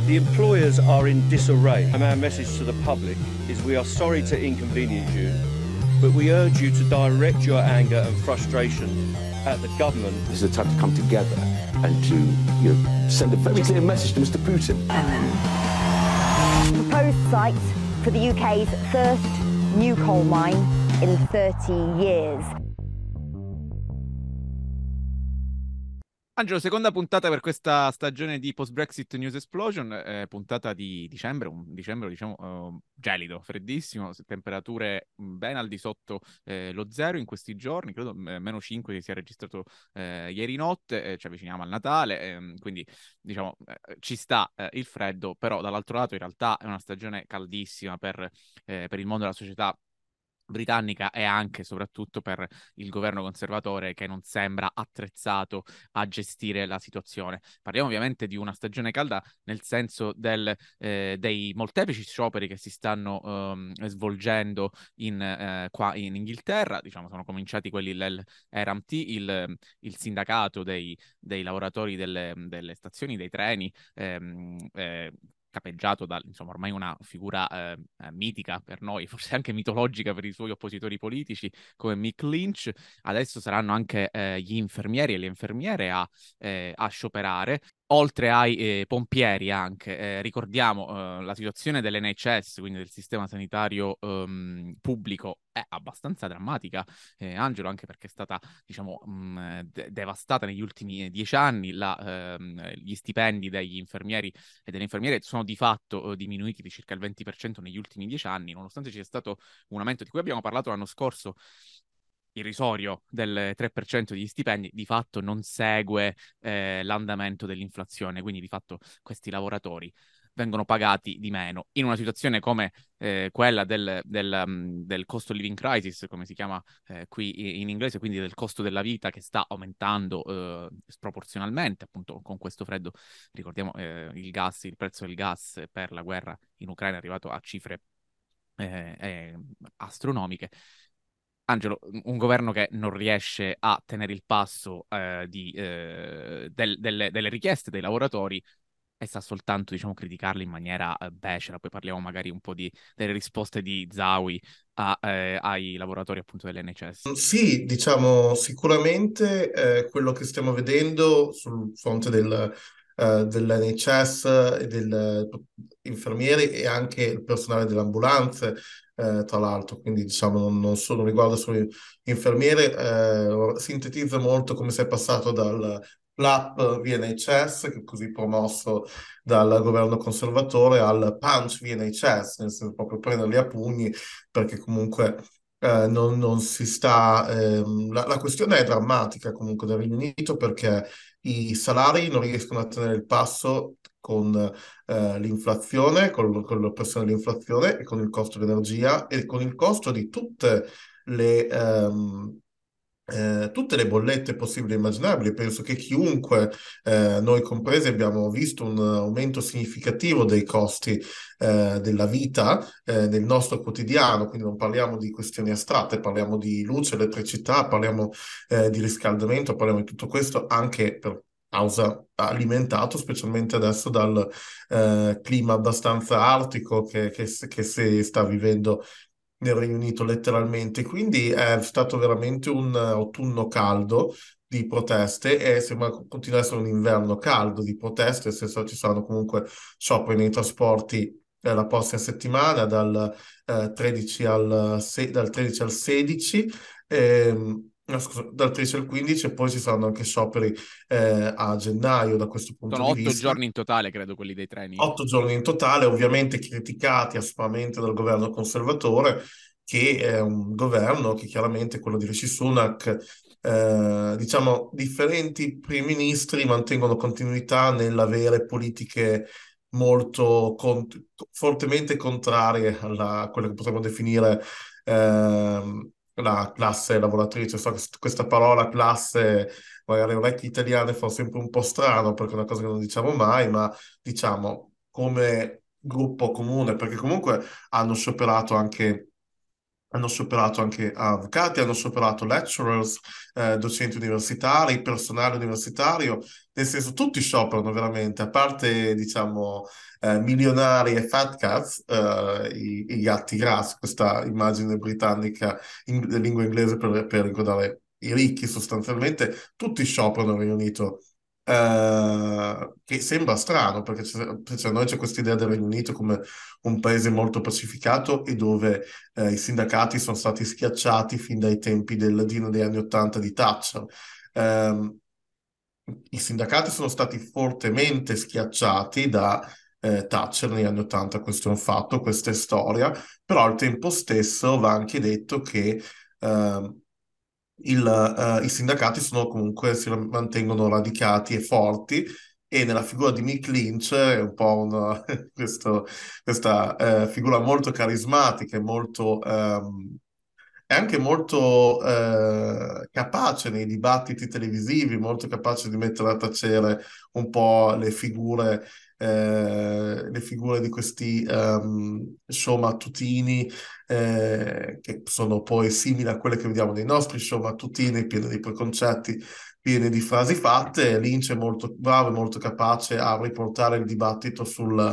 The employers are in disarray, and our message to the public is we are sorry to inconvenience you, but we urge you to direct your anger and frustration at the government. This is a time to come together and to, send a very clear message to Mr. Putin. Proposed site for the UK's first new coal mine in 30 years. Angelo, seconda puntata per questa stagione di Post-Brexit News Explosion, puntata di dicembre, un dicembre diciamo gelido, freddissimo, temperature ben al di sotto lo zero in questi giorni, credo meno 5 che si è registrato ieri notte, ci avviciniamo al Natale, quindi diciamo ci sta il freddo, però dall'altro lato in realtà è una stagione caldissima per il mondo della società britannica e anche e soprattutto per il governo conservatore che non sembra attrezzato a gestire la situazione. Parliamo ovviamente di una stagione calda nel senso dei molteplici scioperi che si stanno svolgendo qua in Inghilterra. Diciamo, sono cominciati quelli dell'RMT, il sindacato dei lavoratori delle stazioni, dei treni, capeggiato da, insomma, ormai una figura mitica per noi, forse anche mitologica per i suoi oppositori politici, come Mick Lynch. Adesso saranno anche gli infermieri e le infermiere a scioperare, oltre ai pompieri anche. Ricordiamo la situazione dell'NHS, quindi del sistema sanitario pubblico, è abbastanza drammatica, Angelo, anche perché è stata, diciamo, devastata negli ultimi 10 anni. Gli stipendi degli infermieri e delle infermiere sono di fatto diminuiti di circa il 20% negli ultimi 10 anni, nonostante ci sia stato un aumento di cui abbiamo parlato l'anno scorso, irrisorio, del 3% degli stipendi. Di fatto non segue l'andamento dell'inflazione, quindi di fatto questi lavoratori vengono pagati di meno in una situazione come quella del cost of living crisis, come si chiama qui in inglese, quindi del costo della vita che sta aumentando sproporzionalmente, appunto con questo freddo. Ricordiamo il prezzo del gas per la guerra in Ucraina è arrivato a cifre astronomiche. Angelo, un governo che non riesce a tenere il passo delle richieste dei lavoratori e sta soltanto, diciamo, criticarli in maniera becera. Poi parliamo magari un po' delle risposte di Zawi ai lavoratori appunto dell'NHS. Sì, diciamo sicuramente quello che stiamo vedendo sul fronte dell'NHS e degli infermieri e anche il personale delle ambulanze, tra l'altro, quindi diciamo non riguarda solo gli infermieri, sintetizza molto come si è passato dal PLAP VNHS, che è così promosso dal governo conservatore, al punch VNHS, nel senso proprio prenderli a pugni, perché comunque non si sta... la questione è drammatica comunque del Regno Unito, perché i salari non riescono a tenere il passo con l'inflazione, con la pressione dell'inflazione e con il costo dell'energia e con il costo di le... tutte le bollette possibili e immaginabili. Penso che chiunque, noi compresi, abbiamo visto un aumento significativo dei costi della vita nel nostro quotidiano, quindi non parliamo di questioni astratte, parliamo di luce, elettricità, parliamo di riscaldamento, parliamo di tutto questo anche per causa alimentato specialmente adesso dal clima abbastanza artico che si sta vivendo nel Regno Unito letteralmente. Quindi è stato veramente un autunno caldo di proteste e sembra continuare a essere un inverno caldo di proteste, nel senso ci saranno comunque scioperi nei trasporti la prossima settimana dal 13 al 16. No, scusa, dal 13 al 15 e poi ci saranno anche scioperi a gennaio da questo punto Sono di 8 vista. giorni in totale, credo, quelli dei treni. 8 giorni in totale, ovviamente criticati aspramente dal governo conservatore, che è un governo che chiaramente è quello di Rishi Sunak. Diciamo, differenti primi ministri mantengono continuità nell'avere politiche molto fortemente contrarie a quella che potremmo definire la classe lavoratrice. So che questa parola classe magari alle orecchie italiane fa sempre un po' strano perché è una cosa che non diciamo mai, ma diciamo come gruppo comune, perché comunque hanno scioperato anche hanno scioperato anche avvocati, hanno scioperato lecturers, docenti universitari, personale universitario, nel senso tutti scioperano veramente, a parte diciamo milionari e fat cats, i gatti grassi, questa immagine britannica in lingua inglese per ricordare i ricchi sostanzialmente, tutti scioperano nel Regno Unito. Che sembra strano perché noi c'è questa idea del Regno Unito come un paese molto pacificato e dove i sindacati sono stati schiacciati fin dai tempi del ladino degli anni Ottanta di Thatcher. Ehm, I sindacati sono stati fortemente schiacciati da Thatcher negli anni Ottanta, questo è un fatto, questa è storia, però al tempo stesso va anche detto che ehm, i sindacati sono comunque, si mantengono radicati e forti e nella figura di Mick Lynch è un po' questa figura molto carismatica e molto è anche molto capace nei dibattiti televisivi, molto capace di mettere a tacere un po' le figure di questi show mattutini che sono poi simili a quelle che vediamo nei nostri show mattutini, pieni di preconcetti, pieni di frasi fatte. Lynch è molto bravo e molto capace a riportare il dibattito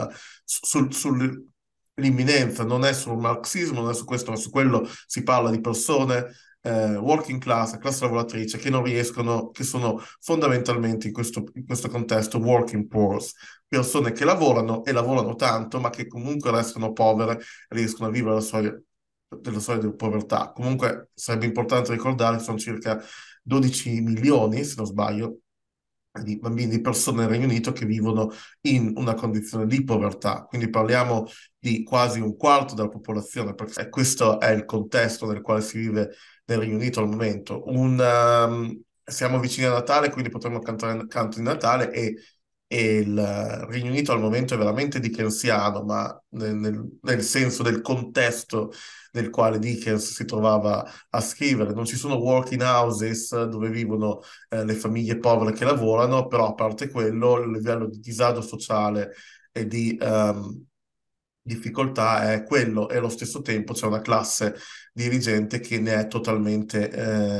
sull'imminenza, non è sul marxismo, non è su questo, ma su quello si parla di persone working class, classe lavoratrice, che non riescono, che sono fondamentalmente in questo contesto working poor, persone che lavorano e lavorano tanto, ma che comunque restano povere, riescono a vivere della soglia di povertà. Comunque sarebbe importante ricordare che sono circa 12 milioni, se non sbaglio, di bambini, di persone nel Regno Unito che vivono in una condizione di povertà. Quindi parliamo di quasi un quarto della popolazione, perché questo è il contesto nel quale si vive nel Regno Unito al momento. Siamo vicini a Natale, quindi potremmo cantare canto di Natale e il Regno Unito al momento è veramente dickensiano, ma nel senso del contesto nel quale Dickens si trovava a scrivere. Non ci sono working houses dove vivono le famiglie povere che lavorano, però a parte quello, il livello di disagio sociale e di difficoltà è quello e allo stesso tempo c'è una classe dirigente che ne è totalmente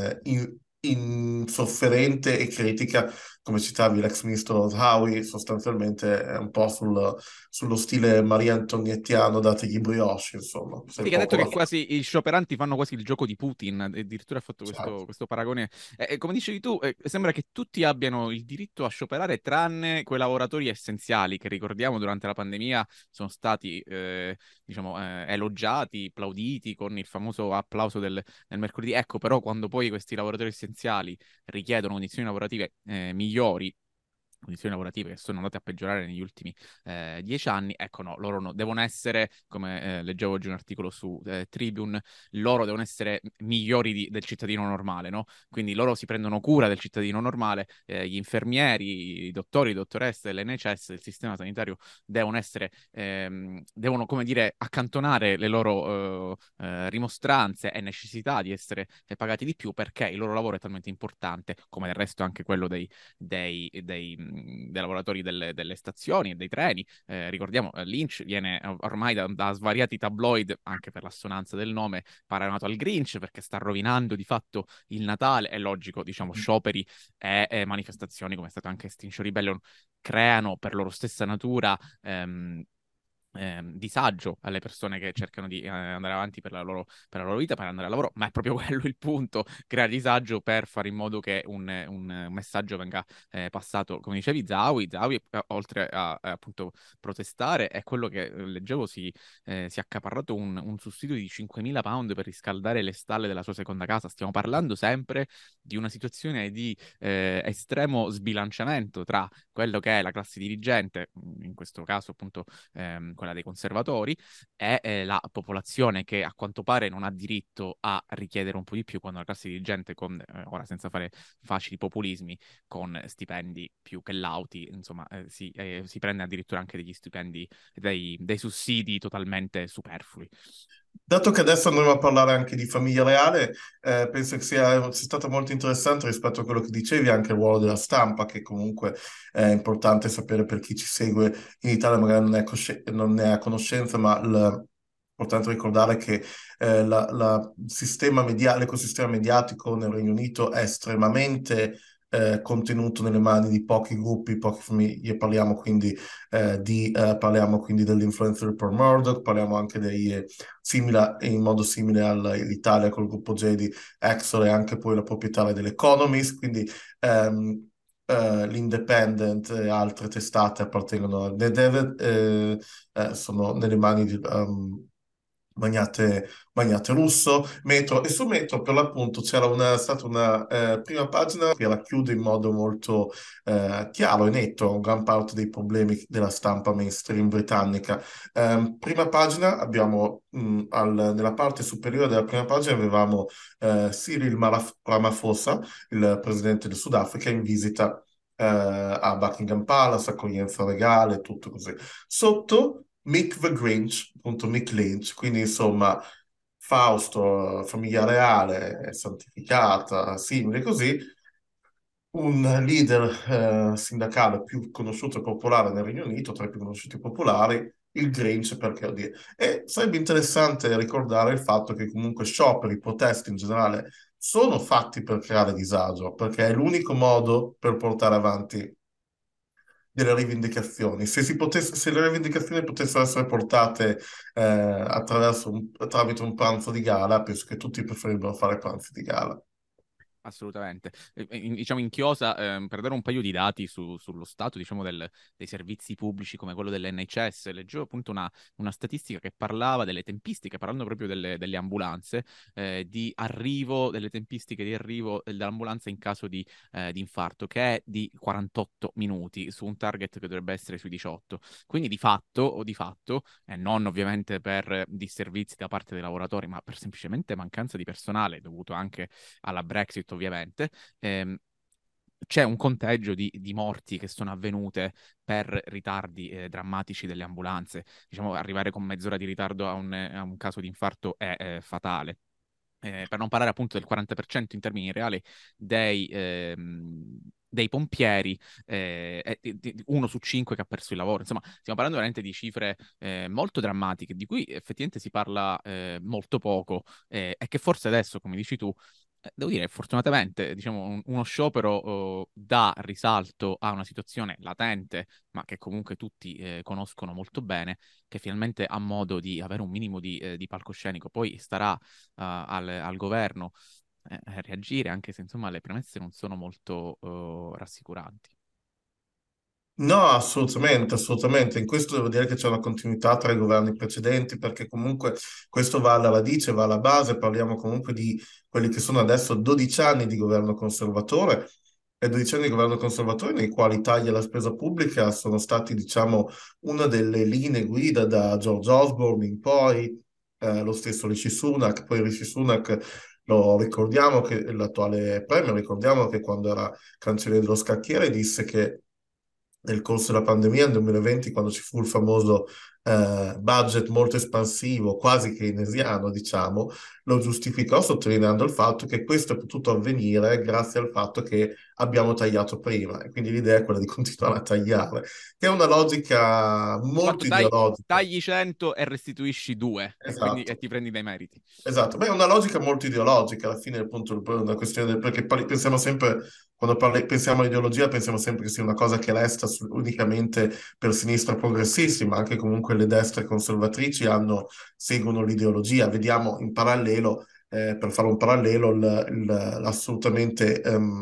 insofferente e critica, come citavi l'ex ministro Howie, sostanzialmente è un po' sullo stile Maria Antoniettiano dategli brioche, insomma, se Sì, il che ha detto popolo che ha quasi i scioperanti fanno quasi il gioco di Putin, e addirittura ha fatto fatto. questo paragone. Come dicevi tu, sembra che tutti abbiano il diritto a scioperare tranne quei lavoratori essenziali che ricordiamo durante la pandemia sono stati, diciamo, elogiati, applauditi con il famoso applauso del mercoledì. Ecco, però quando poi questi lavoratori essenziali richiedono condizioni lavorative migliori, condizioni lavorative che sono andate a peggiorare negli ultimi 10 anni, ecco no, loro no, devono essere, come leggevo oggi un articolo su Tribune, loro devono essere migliori del cittadino normale, no? Quindi loro si prendono cura del cittadino normale, gli infermieri, i dottori, le dottoresse dell'NHS, del sistema sanitario devono essere, devono, come dire, accantonare le loro rimostranze e necessità di essere pagati di più perché il loro lavoro è talmente importante, come del resto anche quello dei lavoratori delle stazioni e dei treni. Ricordiamo, Lynch viene ormai da svariati tabloid, anche per l'assonanza del nome, paragonato al Grinch perché sta rovinando di fatto il Natale. È logico, diciamo, scioperi e manifestazioni, come è stato anche Extinction Rebellion, creano per loro stessa natura disagio alle persone che cercano di andare avanti per la loro vita, per andare al lavoro, ma è proprio quello il punto, creare disagio per fare in modo che un messaggio venga passato, come dicevi, Zawi, oltre a appunto protestare, è quello che leggevo si è accaparrato un sussidio di 5.000 pound per riscaldare le stalle della sua seconda casa. Stiamo parlando sempre di una situazione di estremo sbilanciamento tra quello che è la classe dirigente, in questo caso appunto quella dei conservatori, e la popolazione che a quanto pare non ha diritto a richiedere un po' di più quando la classe dirigente, ora senza fare facili populismi, con stipendi più che lauti, insomma, si prende addirittura anche degli stipendi, dei sussidi totalmente superflui. Dato che adesso andremo a parlare anche di famiglia reale, penso che sia stato molto interessante rispetto a quello che dicevi, anche il ruolo della stampa, che comunque è importante sapere per chi ci segue in Italia, magari non ne è a conoscenza, ma importante ricordare che l'ecosistema mediatico nel Regno Unito è estremamente contenuto nelle mani di pochi gruppi, poche famiglie. Parliamo quindi dell'influencer Rupert Murdoch, parliamo anche in modo simile all'Italia col gruppo J di Exor e anche poi la proprietaria dell'Economist, quindi l'Independent e altre testate appartengono sono nelle mani di Magnate Russo, Metro, e su Metro per l'appunto c'era stata una prima pagina che racchiude in modo molto chiaro e netto gran parte dei problemi della stampa mainstream britannica. Prima pagina abbiamo, nella parte superiore della prima pagina avevamo Cyril Ramaphosa, il presidente del Sudafrica, in visita a Buckingham Palace, accoglienza regale, tutto così. Sotto Mick the Grinch, appunto Mick Lynch, quindi insomma Fausto, famiglia reale, santificata, simile così, un leader sindacale più conosciuto e popolare nel Regno Unito, tra i più conosciuti e popolari, il Grinch, perché oddio. E sarebbe interessante ricordare il fatto che comunque scioperi, proteste in generale sono fatti per creare disagio, perché è l'unico modo per portare avanti delle rivendicazioni. Se le rivendicazioni potessero essere portate tramite un pranzo di gala, penso che tutti preferirebbero fare pranzi di gala. Assolutamente. Diciamo in chiosa, per dare un paio di dati sullo stato, diciamo, dei servizi pubblici come quello dell'NHS, leggevo appunto una statistica che parlava delle tempistiche, parlando proprio delle ambulanze, delle tempistiche di arrivo dell'ambulanza in caso di infarto, che è di 48 minuti su un target che dovrebbe essere sui 18. Quindi di fatto, e non ovviamente per disservizi da parte dei lavoratori, ma per semplicemente mancanza di personale dovuto anche alla Brexit, ovviamente, c'è un conteggio di morti che sono avvenute per ritardi drammatici delle ambulanze. Diciamo, arrivare con mezz'ora di ritardo a un caso di infarto è fatale. Per non parlare appunto del 40% in termini reali dei pompieri, 1 su 5 che ha perso il lavoro. Insomma, stiamo parlando veramente di cifre molto drammatiche, di cui effettivamente si parla molto poco, e che forse adesso, come dici tu, devo dire, fortunatamente, diciamo, uno sciopero dà risalto a una situazione latente, ma che comunque tutti conoscono molto bene, che finalmente ha modo di avere un minimo di palcoscenico. Poi starà al governo reagire, anche se insomma le premesse non sono molto rassicuranti. No, assolutamente, assolutamente. In questo devo dire che c'è una continuità tra i governi precedenti, perché comunque questo va alla radice, va alla base. Parliamo comunque di quelli che sono adesso 12 anni di governo conservatore, e 12 anni di governo conservatore nei quali i tagli alla spesa pubblica sono stati, diciamo, una delle linee guida da George Osborne in poi, lo stesso Rishi Sunak. Poi Rishi Sunak, lo ricordiamo, che l'attuale premier, ricordiamo che quando era cancelliere dello scacchiere disse che nel corso della pandemia nel 2020, quando ci fu il famoso budget molto espansivo, quasi keynesiano, diciamo, lo giustificò sottolineando il fatto che questo è potuto avvenire grazie al fatto che abbiamo tagliato prima, e quindi l'idea è quella di continuare a tagliare, che è una logica molto ideologica. Tagli 100 e restituisci 2, Esatto. e ti prendi dei meriti. Esatto, beh, è una logica molto ideologica, alla fine appunto è una questione perché pensiamo sempre, quando pensiamo all'ideologia, pensiamo sempre che sia una cosa che resta unicamente per sinistra progressisti, ma anche comunque le destre conservatrici seguono l'ideologia. Vediamo in parallelo, per fare un parallelo, l'assolutamente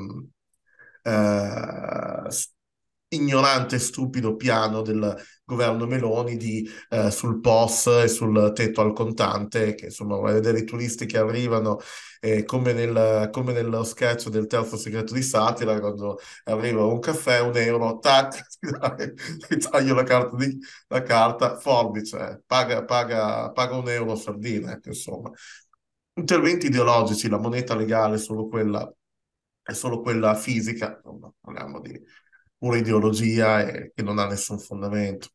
eh, ignorante e stupido piano del governo Meloni sul POS e sul tetto al contante, che insomma vai a vedere i turisti che arrivano, come nello sketch del terzo segreto di Satira, quando arriva un caffè, €1, tac, ti taglio la carta, forbice, paga €1 sardina, ecco, insomma. Interventi ideologici, la moneta legale è solo quella fisica, insomma, parliamo di pura ideologia e che non ha nessun fondamento.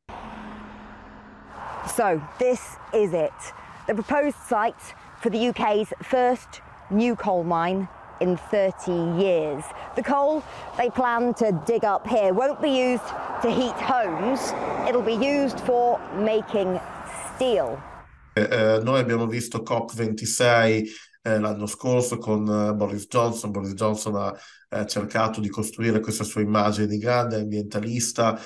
So this is it, the proposed site for the UK's first new coal mine in 30 years. The coal they plan to dig up here won't be used to heat homes, it'll be used for making steel. Noi abbiamo visto COP26 l'anno scorso con Boris Johnson. Boris Johnson ha cercato di costruire questa sua immagine di grande ambientalista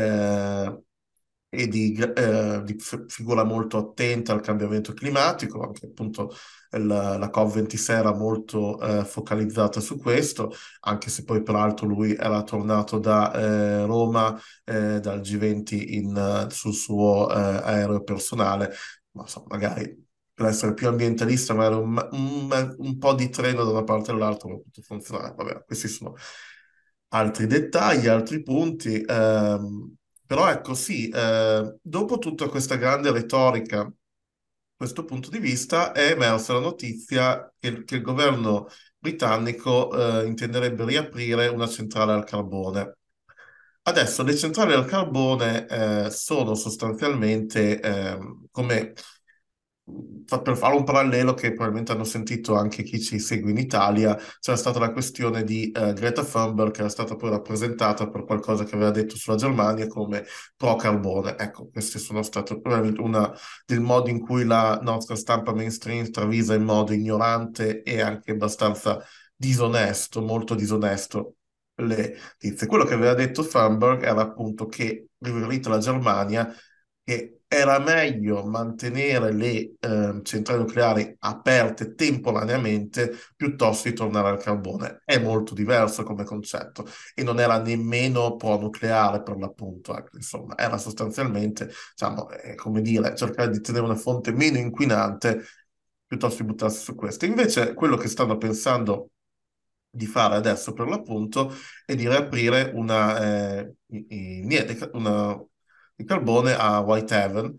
e di figura molto attenta al cambiamento climatico. Anche appunto la COP26 era molto focalizzata su questo, anche se poi peraltro lui era tornato da Roma dal G20 sul suo aereo personale. Ma insomma, magari per essere più ambientalista, magari un po' di treno da una parte all'altra non può funzionare. Vabbè, questi sono altri dettagli, altri punti. Però ecco, sì, dopo tutta questa grande retorica, questo punto di vista, è emersa la notizia che il governo britannico intenderebbe riaprire una centrale al carbone. Adesso le centrali al carbone sono sostanzialmente come, per fare un parallelo che probabilmente hanno sentito anche chi ci segue in Italia, c'era stata la questione di Greta Thunberg, che era stata poi rappresentata per qualcosa che aveva detto sulla Germania come pro carbone. Ecco, questi sono stati probabilmente una del modo in cui la nostra stampa mainstream travisa in modo ignorante e anche abbastanza disonesto, molto disonesto le notizie. Quello che aveva detto Thunberg era appunto che, riferito alla Germania, che era meglio mantenere le centrali nucleari aperte temporaneamente piuttosto di tornare al carbone. È molto diverso come concetto e non era nemmeno pro-nucleare per l'appunto. Ecco, insomma, era sostanzialmente, diciamo, come dire, cercare di tenere una fonte meno inquinante piuttosto di buttarsi su questo. Invece, quello che stanno pensando di fare adesso per l'appunto è di riaprire di carbone a Whitehaven,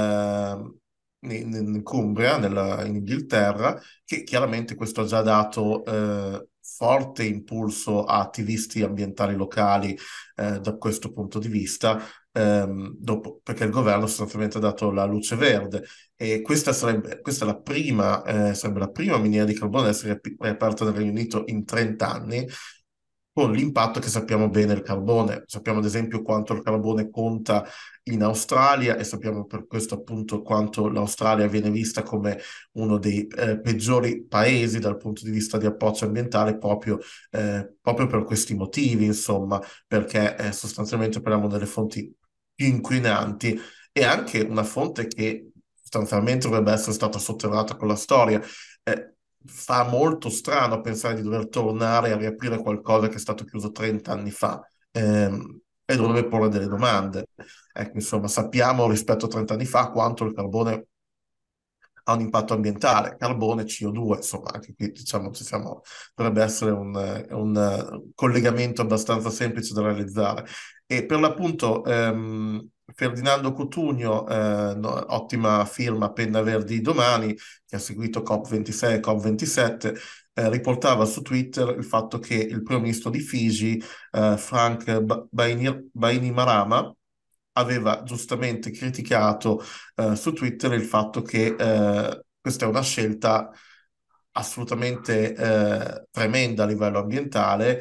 in Cumbria, in Inghilterra, che chiaramente questo ha già dato forte impulso a attivisti ambientali locali da questo punto di vista, perché il governo sostanzialmente ha dato la luce verde. E questa sarebbe la prima miniera di carbone ad essere riaperta nel Regno Unito in 30 anni, con l'impatto che sappiamo bene il carbone. Sappiamo ad esempio quanto il carbone conta in Australia e sappiamo per questo appunto quanto l'Australia viene vista come uno dei peggiori paesi dal punto di vista di approccio ambientale proprio per questi motivi, insomma, perché sostanzialmente parliamo delle fonti più inquinanti e anche una fonte che sostanzialmente dovrebbe essere stata sotterrata con la storia. Fa molto strano pensare di dover tornare a riaprire qualcosa che è stato chiuso 30 anni fa e dovrebbe porre delle domande. Ecco, insomma, sappiamo rispetto a 30 anni fa quanto il carbone ha un impatto ambientale, carbone, CO2, insomma, anche qui diciamo dovrebbe essere un collegamento abbastanza semplice da realizzare. E per l'appunto Ferdinando Cotugno, ottima firma Penna Verdi Domani, che ha seguito COP26 e COP27, riportava su Twitter il fatto che il primo ministro di Fiji, Frank Bainimarama, aveva giustamente criticato su Twitter il fatto che questa è una scelta assolutamente tremenda a livello ambientale.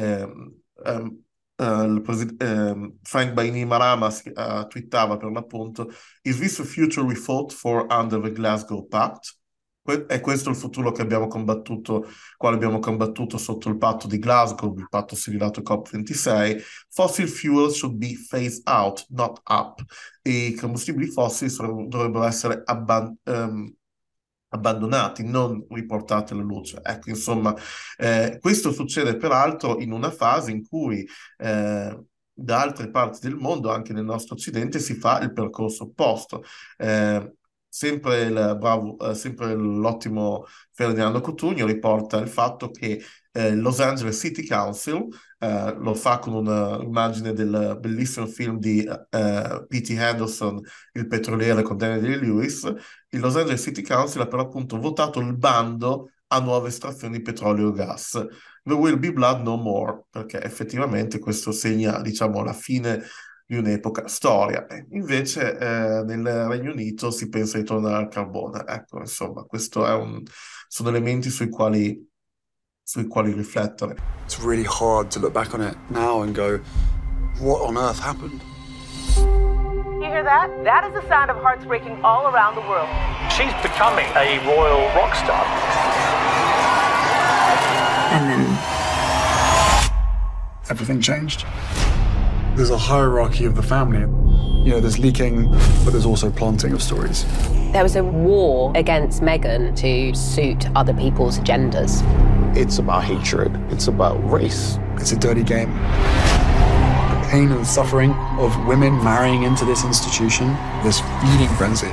Frank Bainimarama twittava per l'appunto: "Is this a future we fought for under the Glasgow Pact?" È questo il futuro che quale abbiamo combattuto sotto il patto di Glasgow, il patto siglato COP26. Fossil fuels should be phased out, not up. I combustibili fossili dovrebbero essere abbandonati, non riportati alla luce. Ecco, insomma, questo succede peraltro in una fase in cui da altre parti del mondo, anche nel nostro occidente, si fa il percorso opposto. Sempre l'ottimo Ferdinando Cotugno riporta il fatto che Los Angeles City Council lo fa con un'immagine del bellissimo film di P.T. Henderson, Il petroliere, con Daniel Day-Lewis. Il Los Angeles City Council ha per appunto votato il bando a nuove estrazioni di petrolio e gas. There will be blood no more, perché effettivamente questo segna, diciamo, la fine di un'epoca storia. Invece nel Regno Unito si pensa di tornare al carbone. Ecco, insomma, questo sono elementi sui quali riflettere. It's really hard to look back on it now and go, what on earth happened? hear that? That is the sound of hearts breaking all around the world. She's becoming a royal rock star. And then everything changed. There's a hierarchy of the family. You know, there's leaking, but there's also planting of stories. There was a war against Meghan to suit other people's agendas. It's about hatred. It's about race. It's a dirty game. The pain and suffering of women marrying into this institution, this feeding frenzy.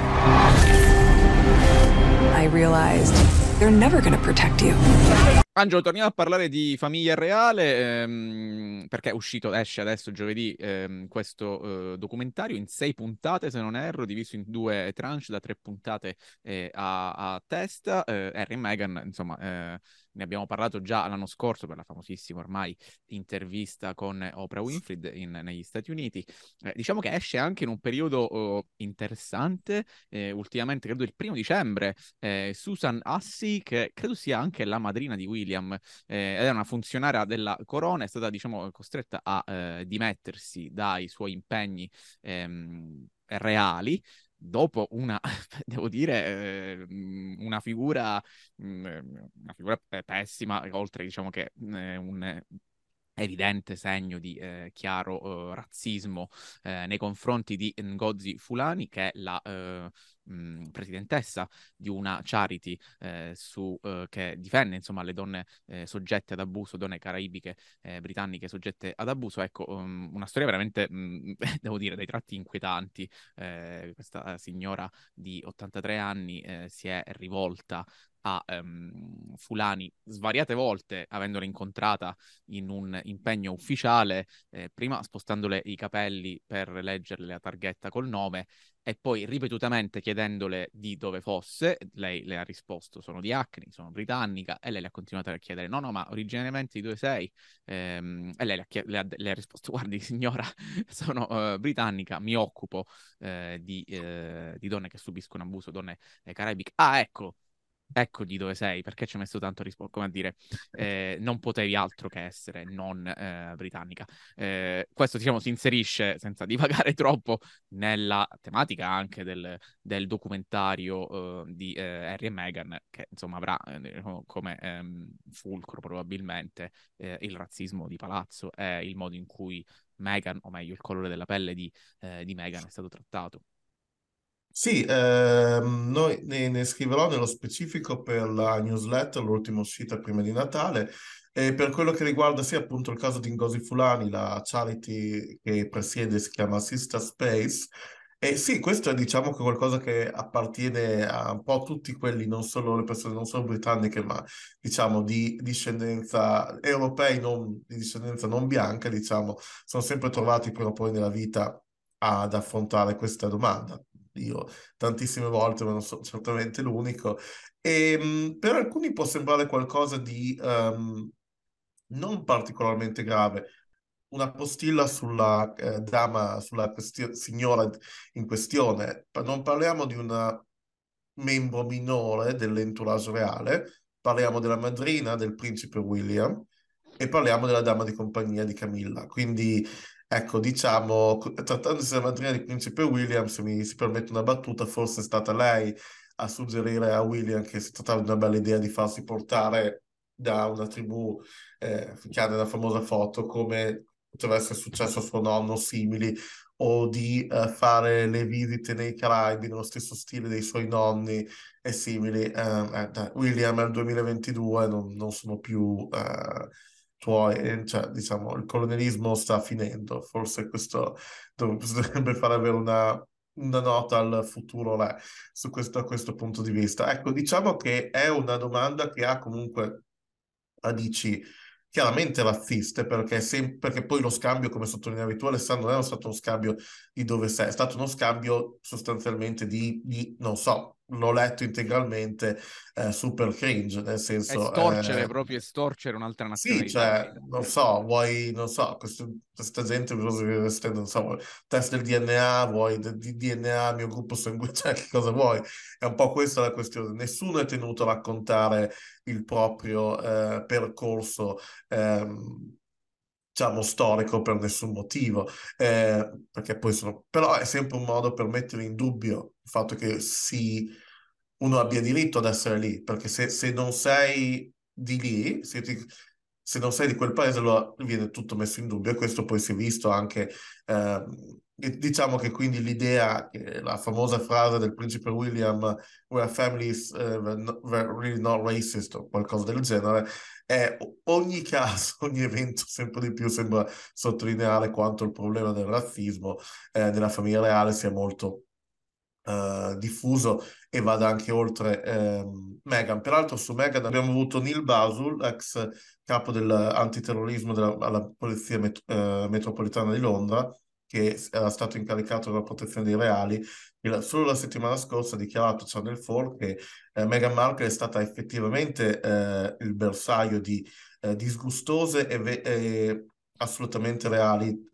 I realized they're never going to protect you. Angelo, torniamo a parlare di Famiglia Reale, perché esce adesso giovedì questo documentario in 6 puntate, se non erro, diviso in 2 tranche da 3 puntate a testa. Harry e Meghan, insomma, ne abbiamo parlato già l'anno scorso per la famosissima ormai intervista con Oprah Winfrey negli Stati Uniti. Diciamo che esce anche in un periodo interessante, ultimamente credo il 1° dicembre, Susan Hussey, che credo sia anche la madrina di William, ed è una funzionaria della corona, è stata, diciamo, costretta a dimettersi dai suoi impegni reali dopo devo dire, una figura pessima, oltre, diciamo, che un evidente segno di chiaro razzismo nei confronti di Ngozi Fulani, che è la presidentessa di una charity che difende, insomma, le donne soggette ad abuso, donne caraibiche britanniche soggette ad abuso. Ecco, una storia veramente, devo dire, dai tratti inquietanti. Questa signora di 83 anni si è rivolta a Fulani svariate volte, avendola incontrata in un impegno ufficiale, prima spostandole i capelli per leggerle la targhetta col nome e poi ripetutamente chiedendole di dove fosse. Lei le ha risposto: sono di Acne, sono britannica, e lei le ha continuato a chiedere: no, ma originariamente di dove sei? E lei le ha risposto: guardi signora, sono britannica, mi occupo di donne che subiscono abuso, donne caraibiche. Ah, ecco di dove sei, perché ci ho messo tanto a rispondere, come a dire, non potevi altro che essere non britannica. Questo, diciamo, si inserisce, senza divagare troppo, nella tematica anche del documentario di Harry e Meghan, che insomma avrà come fulcro probabilmente il razzismo di palazzo e il modo in cui Meghan, o meglio il colore della pelle di Meghan, è stato trattato. Sì, noi ne scriverò nello specifico per la newsletter, l'ultima uscita prima di Natale, e per quello che riguarda sì appunto il caso di Ngozi Fulani, la charity che presiede si chiama Sister Space, e sì, questo è, diciamo, che qualcosa che appartiene a un po' tutti quelli, non solo le persone, non solo britanniche, ma diciamo di discendenza europei, di discendenza non bianca, diciamo, sono sempre trovati prima o poi nella vita ad affrontare questa domanda. Io tantissime volte, ma non sono certamente l'unico. E per alcuni può sembrare qualcosa di non particolarmente grave. Una postilla sulla dama, sulla signora in questione. Non parliamo di una membro minore dell'entourage reale, parliamo della madrina del principe William e parliamo della dama di compagnia di Camilla. Quindi ecco, diciamo, trattandosi della madrina di principe William, se mi si permette una battuta, forse è stata lei a suggerire a William che si trattava di una bella idea di farsi portare da una tribù africana, nella famosa foto, come poteva essere successo a suo nonno, simili, o di fare le visite nei Caraibi nello stesso stile dei suoi nonni e simili. William è il 2022, non sono più tuoi, cioè, diciamo, il colonialismo sta finendo. Forse questo dovrebbe far avere una nota al futuro re su da questo punto di vista. Ecco, diciamo che è una domanda che ha comunque radici chiaramente razziste, perché poi lo scambio, come sottolineavi tu Alessandro, non è stato uno scambio di dove sei, è stato uno scambio sostanzialmente di non so, l'ho letto integralmente, super cringe, nel senso... proprio estorcere un'altra Sì, nazionalità. cioè, non so, non so, questa gente, non so, test del DNA, vuoi di DNA, mio gruppo sanguigno, cioè, che cosa vuoi? È un po' questa la questione. Nessuno è tenuto a raccontare il proprio percorso diciamo, storico per nessun motivo, perché poi però è sempre un modo per mettere in dubbio il fatto che uno abbia diritto ad essere lì, perché se non sei di lì, se non sei di quel paese, allora viene tutto messo in dubbio, e questo poi si è visto anche, e diciamo che quindi l'idea, la famosa frase del principe William, where families were really not racist, o qualcosa del genere, è ogni caso, ogni evento sempre di più sembra sottolineare quanto il problema del razzismo nella famiglia reale sia molto diffuso e vada anche oltre Meghan. Peraltro su Meghan abbiamo avuto Neil Basul, ex capo dell'antiterrorismo alla Polizia Metropolitana di Londra, che era stato incaricato della protezione dei reali. Solo la settimana scorsa ha dichiarato a Channel 4 che Meghan Markle è stata effettivamente il bersaglio di disgustose e assolutamente reali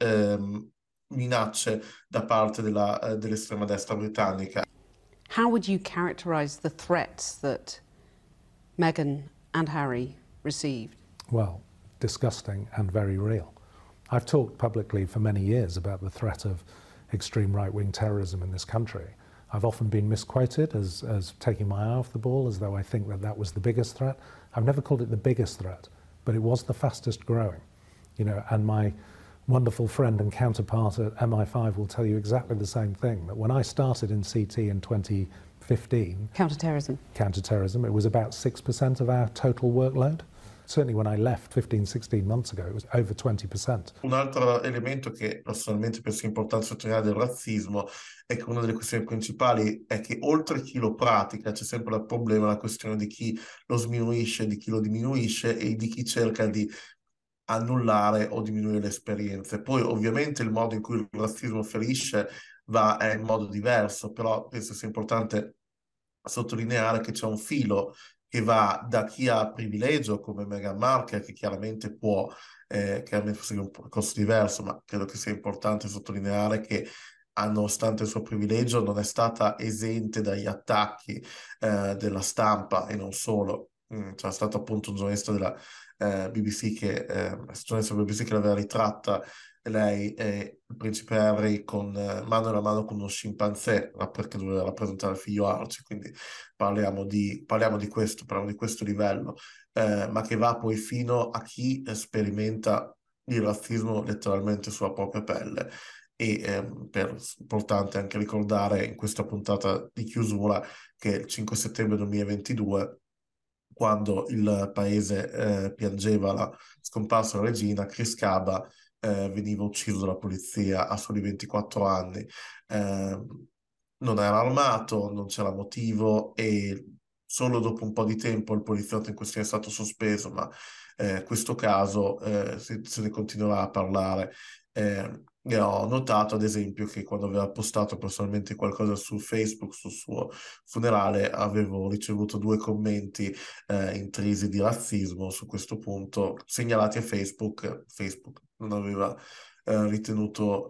minacce da parte dell'estrema destra britannica. How would you characterize the threats that Meghan and Harry received? Well, disgusting and very real. I've talked publicly for many years about the threat of extreme right-wing terrorism in this country. I've often been misquoted as taking my eye off the ball, as though I think that was the biggest threat. I've never called it the biggest threat, but it was the fastest growing. And my wonderful friend and counterpart at MI5 will tell you exactly the same thing, that when I started in CT in 2015... Counterterrorism, it was about 6% of our total workload. Certainly when I left 15-16 months ago, it was over 20%. Un altro elemento che personalmente penso importante sottolineare del razzismo è che una delle questioni principali è che oltre chi lo pratica c'è sempre il problema, la questione di chi lo sminuisce, di chi lo diminuisce e di chi cerca di annullare o diminuire le esperienze. Poi ovviamente il modo in cui il razzismo ferisce è in modo diverso, però penso sia importante sottolineare che c'è un filo che va da chi ha privilegio come Meghan Markle, che chiaramente può, chiaramente è un percorso diverso, ma credo che sia importante sottolineare che nonostante il suo privilegio non è stata esente dagli attacchi della stampa e non solo. C'è stato appunto un giornalista della BBC che l'aveva ritratta lei e il principe Harry con mano nella mano con uno scimpanzé, perché doveva rappresentare il figlio Archie, quindi parliamo di questo livello, ma che va poi fino a chi sperimenta il razzismo letteralmente sulla propria pelle. E è importante anche ricordare in questa puntata di chiusura che il 5 settembre 2022, quando il paese piangeva la scomparsa della regina, Chris Kaba veniva ucciso dalla polizia a soli 24 anni. Non era armato, non c'era motivo e solo dopo un po' di tempo il poliziotto in questione è stato sospeso, ma questo caso se ne continuerà a parlare. E ho notato ad esempio che quando aveva postato personalmente qualcosa su Facebook sul suo funerale avevo ricevuto 2 commenti intrisi di razzismo su questo punto, segnalati a Facebook. Facebook non aveva ritenuto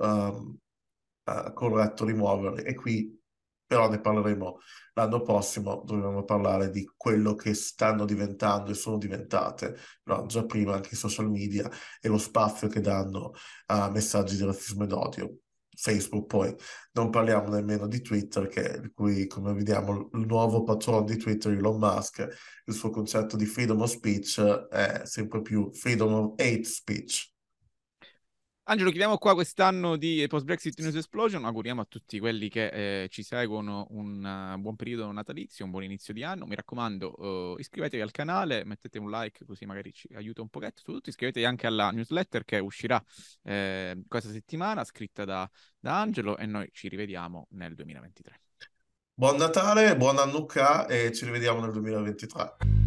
corretto rimuoverli, e qui però ne parleremo l'anno prossimo. Dovremo parlare di quello che stanno diventando e sono diventate, no, già prima anche i social media e lo spazio che danno a messaggi di razzismo ed odio. Facebook, poi non parliamo nemmeno di Twitter, che qui, come vediamo, il nuovo patrono di Twitter, Elon Musk, il suo concetto di freedom of speech è sempre più freedom of hate speech. Angelo, chiudiamo qua quest'anno di Post-Brexit News Explosion. Auguriamo a tutti quelli che ci seguono un buon periodo natalizio, un buon inizio di anno. Mi raccomando, iscrivetevi al canale, mettete un like così magari ci aiuta un pochetto. Soprattutto iscrivetevi anche alla newsletter che uscirà questa settimana, scritta da Angelo, e noi ci rivediamo nel 2023. Buon Natale, buon Hanukkah e ci rivediamo nel 2023.